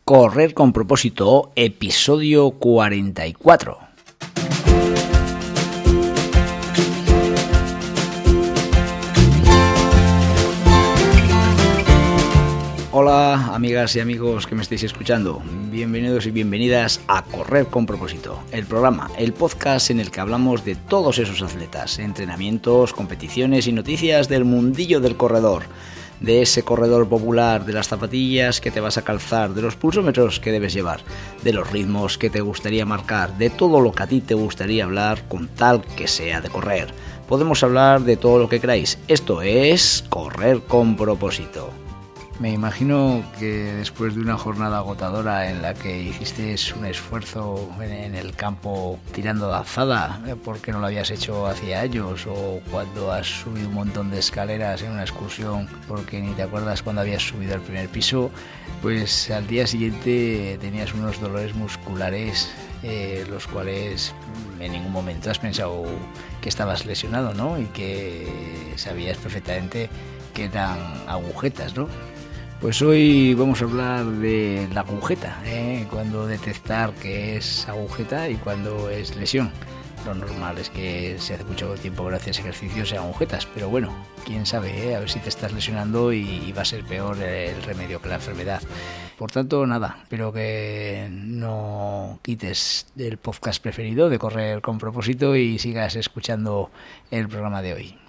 Correr con propósito, episodio 44. Hola amigas y amigos que me estáis escuchando, bienvenidos y bienvenidas a Correr con propósito, el programa, el podcast en el que hablamos de todos esos atletas, entrenamientos, competiciones y noticias del mundillo del corredor. De ese corredor popular, de las zapatillas que te vas a calzar, de los pulsómetros que debes llevar, de los ritmos que te gustaría marcar, de todo lo que a ti te gustaría hablar con tal que sea de correr. Podemos hablar de todo lo que queráis. Esto es Correr con propósito. Me imagino que después de una jornada agotadora en la que hiciste un esfuerzo en el campo tirando de alzada, porque no lo habías hecho hacía años, o cuando has subido un montón de escaleras en una excursión porque ni te acuerdas cuando habías subido al primer piso, pues al día siguiente tenías unos dolores musculares, los cuales en ningún momento has pensado que estabas lesionado, ¿no? Y que sabías perfectamente que eran agujetas, ¿no? Pues hoy vamos a hablar de la agujeta, cuándo detectar que es agujeta y cuándo es lesión. Lo normal es que si hace mucho tiempo que no haces ejercicios sean agujetas, pero bueno, quién sabe, a ver si te estás lesionando y va a ser peor el remedio que la enfermedad. Por tanto, nada, espero que no quites el podcast preferido de Correr con propósito y sigas escuchando el programa de hoy.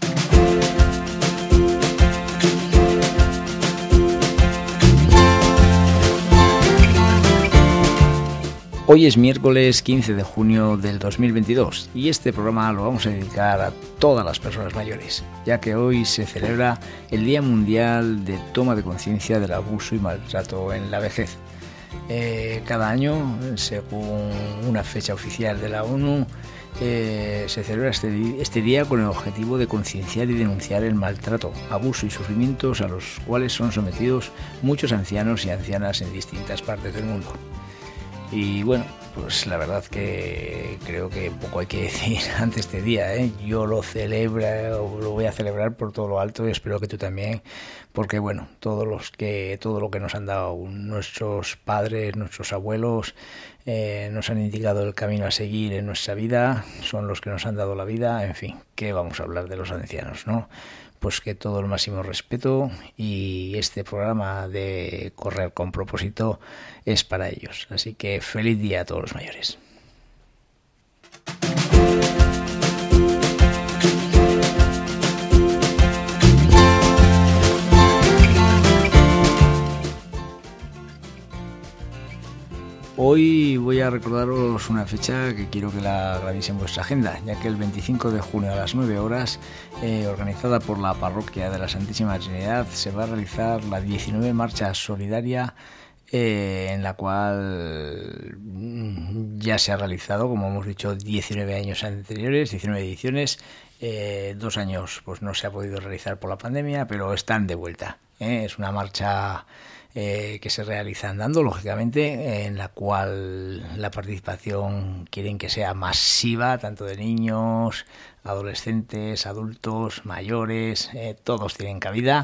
Hoy es miércoles 15 de junio del 2022 y este programa lo vamos a dedicar a todas las personas mayores, ya que hoy se celebra el Día Mundial de Toma de Conciencia del Abuso y Maltrato en la Vejez. Cada año, según una fecha oficial de la ONU, se celebra este día con el objetivo de concienciar y denunciar el maltrato, abuso y sufrimientos a los cuales son sometidos muchos ancianos y ancianas en distintas partes del mundo. Y bueno, pues la verdad que creo que poco hay que decir ante este día, Yo lo voy a celebrar por todo lo alto y espero que tú también, porque bueno, todo lo que nos han dado nuestros padres, nuestros abuelos, nos han indicado el camino a seguir en nuestra vida, son los que nos han dado la vida, en fin, ¿qué vamos a hablar de los ancianos, no? Pues que todo el máximo respeto y este programa de Correr con propósito es para ellos. Así que feliz día a todos los mayores. Hoy voy a recordaros una fecha que quiero que la grabéis en vuestra agenda, ya que el 25 de junio a las 9 horas, organizada por la Parroquia de la Santísima Trinidad, se va a realizar la 19 Marcha Solidaria, en la cual ya se ha realizado, como hemos dicho, 19 años anteriores, 19 ediciones, 2 años pues no se ha podido realizar por la pandemia, pero están de vuelta. Es una marcha que se realiza andando, lógicamente, en la cual la participación quieren que sea masiva, tanto de niños, adolescentes, adultos, mayores, todos tienen cabida.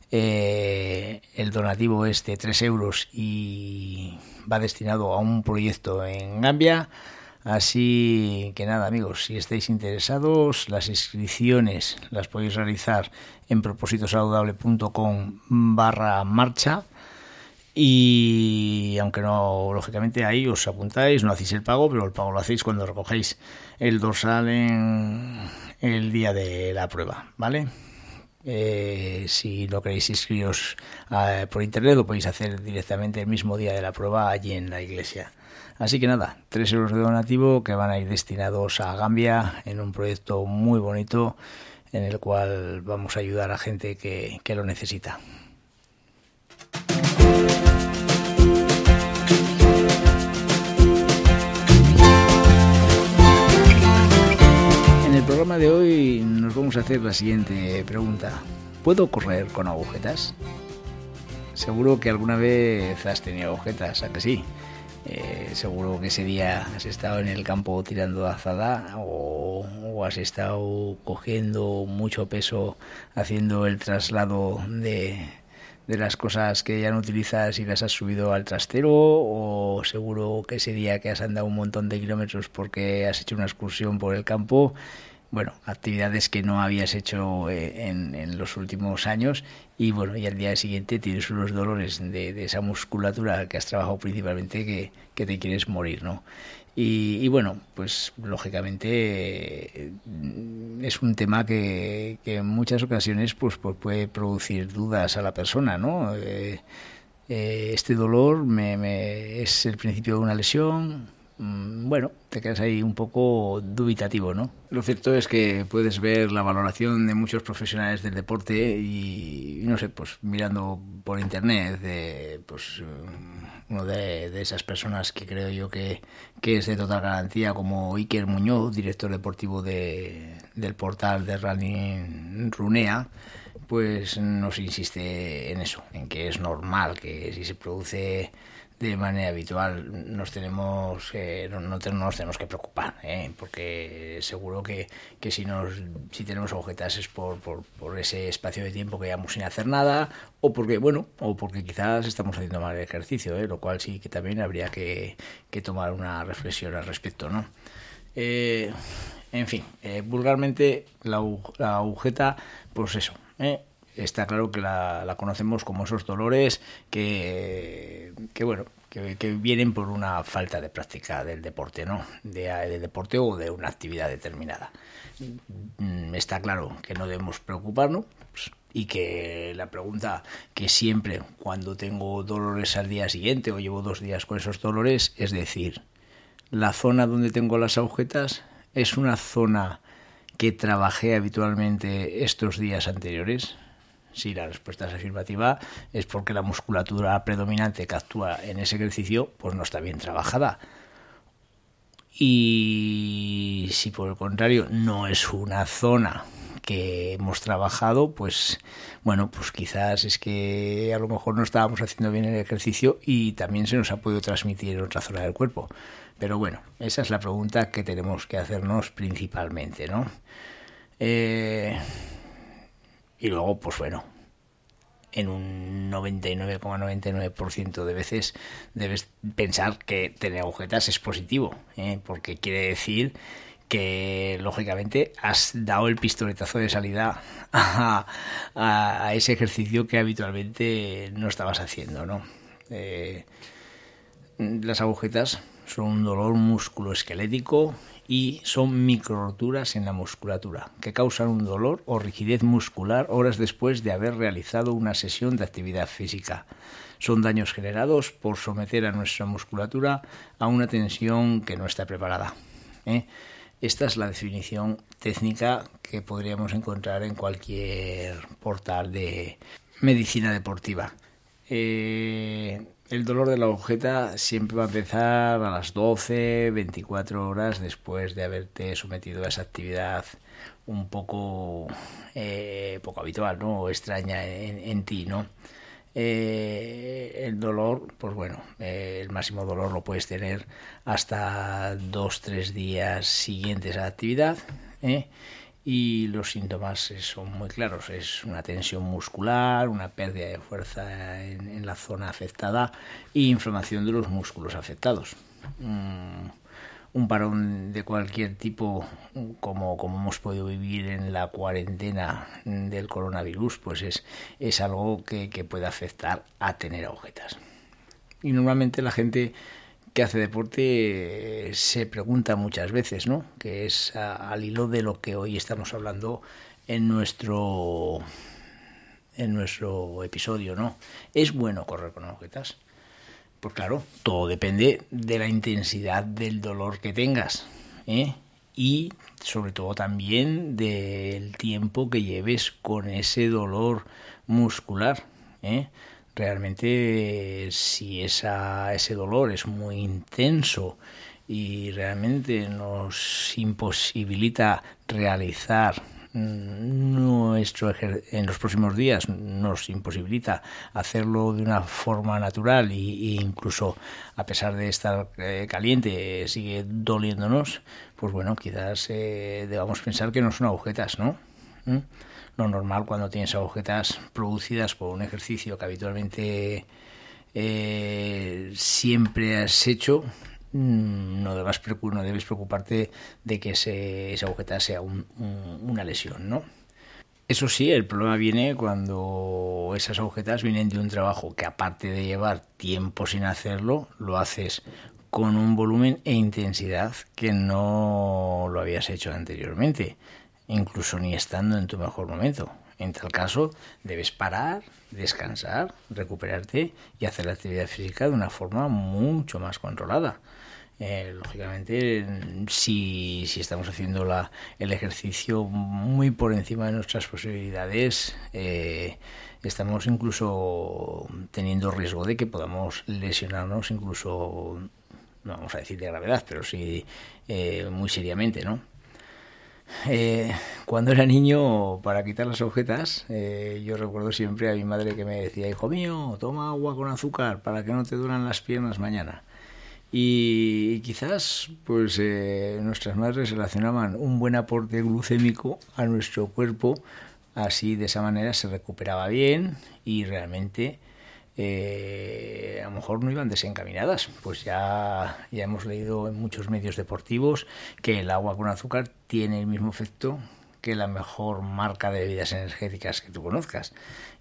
El donativo es de 3 euros y va destinado a un proyecto en Gambia. Así que nada, amigos, si estáis interesados, las inscripciones las podéis realizar en propósitosaludable.com/marcha. Y aunque no, lógicamente ahí os apuntáis, no hacéis el pago, pero el pago lo hacéis cuando recogéis el dorsal en el día de la prueba, ¿vale? Si no queréis inscribiros por internet, lo podéis hacer directamente el mismo día de la prueba allí en la iglesia. Así que nada, 3 euros de donativo que van a ir destinados a Gambia en un proyecto muy bonito en el cual vamos a ayudar a gente que lo necesita. En el programa de hoy nos vamos a hacer la siguiente pregunta. ¿Puedo correr con agujetas? Seguro que alguna vez has tenido agujetas, ¿a que sí? Seguro que ese día has estado en el campo tirando azada o has estado cogiendo mucho peso haciendo el traslado de de las cosas que ya no utilizas y las has subido al trastero, o seguro que ese día que has andado un montón de kilómetros porque has hecho una excursión por el campo. Bueno, actividades que no habías hecho en los últimos años, y bueno, y al día siguiente tienes unos dolores de esa musculatura que has trabajado principalmente que te quieres morir, ¿no? Y bueno, pues lógicamente es un tema que en muchas ocasiones pues puede producir dudas a la persona, ¿no? Este dolor es el principio de una lesión. Bueno, te quedas ahí un poco dubitativo, ¿no? Lo cierto es que puedes ver la valoración de muchos profesionales del deporte y no sé, pues mirando por internet, pues uno de esas personas que creo yo que es de total garantía, como Iker Muñoz, director deportivo del portal de Running Runea, pues nos insiste en eso, en que es normal que si se produce de manera habitual no nos tenemos que preocupar, porque seguro que si tenemos agujetas es por ese espacio de tiempo que llevamos sin hacer nada, o porque quizás estamos haciendo mal el ejercicio, lo cual sí que también habría que tomar una reflexión al respecto, ¿no? En fin, vulgarmente la agujeta, pues eso, está claro que la conocemos como esos dolores que vienen por una falta de práctica del deporte, ¿no? De deporte o de una actividad determinada. Está claro que no debemos preocuparnos, y que la pregunta que siempre cuando tengo dolores al día siguiente o llevo 2 días con esos dolores es decir, ¿la zona donde tengo las agujetas es una zona que trabajé habitualmente estos días anteriores? Si la respuesta es afirmativa, es porque la musculatura predominante que actúa en ese ejercicio pues no está bien trabajada. Y si por el contrario no es una zona que hemos trabajado, pues bueno, pues quizás es que a lo mejor no estábamos haciendo bien el ejercicio y también se nos ha podido transmitir en otra zona del cuerpo. Pero bueno, esa es la pregunta que tenemos que hacernos principalmente, ¿no? Y luego, pues bueno, en un 99,99% de veces debes pensar que tener agujetas es positivo, porque quiere decir que lógicamente has dado el pistoletazo de salida a ese ejercicio que habitualmente no estabas haciendo, ¿no? Las agujetas son un dolor musculoesquelético y son microroturas en la musculatura que causan un dolor o rigidez muscular horas después de haber realizado una sesión de actividad física. Son daños generados por someter a nuestra musculatura a una tensión que no está preparada. Esta es la definición técnica que podríamos encontrar en cualquier portal de medicina deportiva. El dolor de la agujeta siempre va a empezar a las 12, 24 horas después de haberte sometido a esa actividad un poco habitual, ¿no? O extraña en ti, ¿no? El dolor, pues bueno, el máximo dolor lo puedes tener hasta 2-3 días siguientes a la actividad, y los síntomas son muy claros. Es una tensión muscular, una pérdida de fuerza en la zona afectada e inflamación de los músculos afectados. Un parón de cualquier tipo, como hemos podido vivir en la cuarentena del coronavirus, pues es algo que puede afectar a tener agujetas. Y normalmente la gente que hace deporte se pregunta muchas veces, ¿no? Que es al hilo de lo que hoy estamos hablando en nuestro episodio, ¿no? ¿Es bueno correr con agujetas? Pues claro, todo depende de la intensidad del dolor que tengas, y sobre todo también del tiempo que lleves con ese dolor muscular, Realmente si ese dolor es muy intenso y realmente nos imposibilita realizar en los próximos días, nos imposibilita hacerlo de una forma natural e incluso a pesar de estar caliente sigue doliéndonos, pues bueno, quizás debamos pensar que no son agujetas, ¿no? lo normal cuando tienes agujetas producidas por un ejercicio que habitualmente siempre has hecho, no debes preocuparte de que esa agujeta sea una lesión, ¿no? Eso sí, el problema viene cuando esas agujetas vienen de un trabajo que, aparte de llevar tiempo sin hacerlo, lo haces con un volumen e intensidad que no lo habías hecho anteriormente, incluso ni estando en tu mejor momento. En tal caso, debes parar, descansar, recuperarte y hacer la actividad física de una forma mucho más controlada. Lógicamente, si estamos haciendo el ejercicio muy por encima de nuestras posibilidades, estamos incluso teniendo riesgo de que podamos lesionarnos, incluso, no vamos a decir de gravedad, pero sí muy seriamente, ¿no? Cuando era niño, para quitar las agujetas, yo recuerdo siempre a mi madre que me decía: hijo mío, toma agua con azúcar para que no te duelan las piernas mañana. Y quizás pues nuestras madres relacionaban un buen aporte glucémico a nuestro cuerpo, así de esa manera se recuperaba bien y realmente a lo mejor no iban desencaminadas. Pues ya hemos leído en muchos medios deportivos que el agua con azúcar tiene el mismo efecto que la mejor marca de bebidas energéticas que tú conozcas.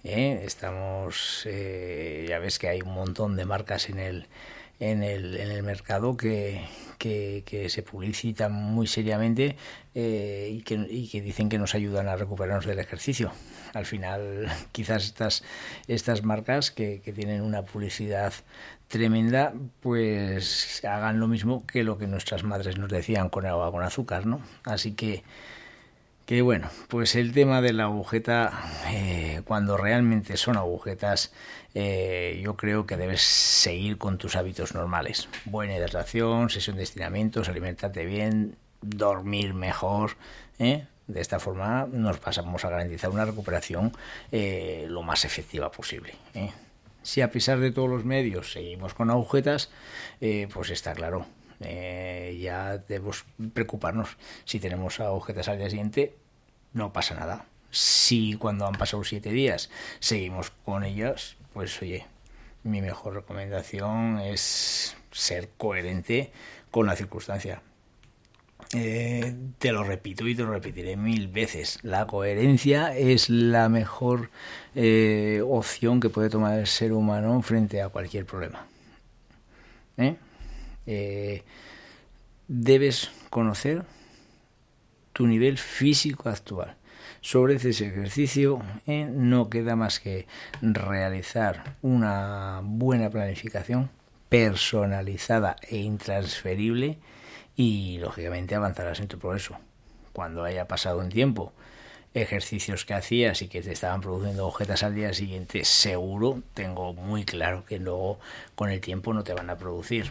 Ya ves que hay un montón de marcas en el mercado que se publicitan muy seriamente y que dicen que nos ayudan a recuperarnos del ejercicio. Al final, quizás estas marcas que tienen una publicidad tremenda, pues hagan lo mismo que lo que nuestras madres nos decían con el agua con azúcar, ¿no? Así que bueno, pues el tema de la agujeta, cuando realmente son agujetas, yo creo que debes seguir con tus hábitos normales. Buena hidratación, sesión de estiramientos, alimentarte bien, dormir mejor, De esta forma nos pasamos a garantizar una recuperación lo más efectiva posible. Si a pesar de todos los medios seguimos con agujetas, pues está claro. Ya debemos preocuparnos. Si tenemos agujetas al día siguiente, no pasa nada. Si cuando han pasado 7 días seguimos con ellas, pues oye, mi mejor recomendación es ser coherente con la circunstancia. Te lo repito y te lo repetiré 1000 veces. La coherencia es la mejor opción que puede tomar el ser humano frente a cualquier problema. Debes conocer tu nivel físico actual. Sobre ese ejercicio no queda más que realizar una buena planificación personalizada e intransferible y lógicamente avanzarás en tu progreso. Cuando haya pasado un tiempo, ejercicios que hacías y que te estaban produciendo agujetas al día siguiente, seguro, tengo muy claro que luego con el tiempo no te van a producir.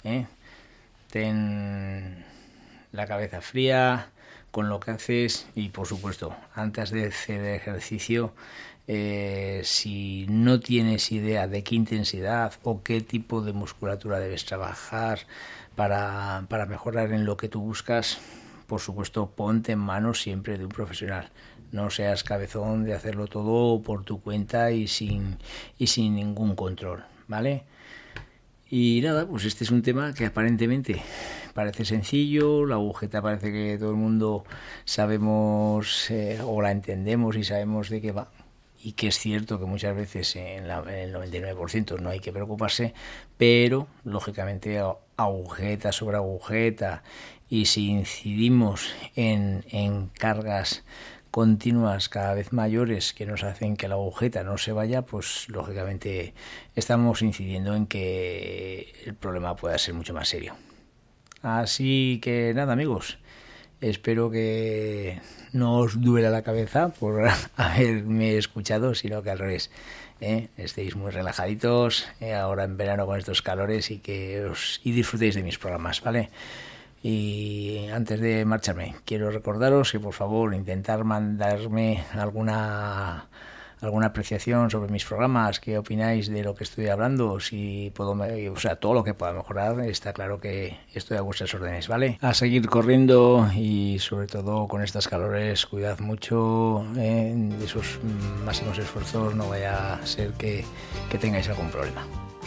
Ten la cabeza fría con lo que haces y, por supuesto, antes de hacer ejercicio, si no tienes idea de qué intensidad o qué tipo de musculatura debes trabajar para mejorar en lo que tú buscas, por supuesto, ponte en manos siempre de un profesional. No seas cabezón de hacerlo todo por tu cuenta y sin ningún control, ¿vale? Y nada, pues este es un tema que aparentemente parece sencillo, la agujeta parece que todo el mundo sabemos o la entendemos y sabemos de qué va. Y que es cierto que muchas veces en el 99% no hay que preocuparse, pero lógicamente agujeta sobre agujeta, y si incidimos en cargas continuas cada vez mayores que nos hacen que la agujeta no se vaya, pues lógicamente estamos incidiendo en que el problema pueda ser mucho más serio. Así que nada, amigos, espero que no os duela la cabeza por haberme escuchado, sino que al revés, estéis muy relajaditos ahora en verano con estos calores y disfrutéis de mis programas, ¿vale? Y antes de marcharme, quiero recordaros que por favor intentar mandarme alguna alguna apreciación sobre mis programas, qué opináis de lo que estoy hablando, si puedo, todo lo que pueda mejorar, está claro que estoy a vuestras órdenes, ¿vale? A seguir corriendo y sobre todo con estas calores, cuidad mucho de esos máximos esfuerzos, no vaya a ser que tengáis algún problema.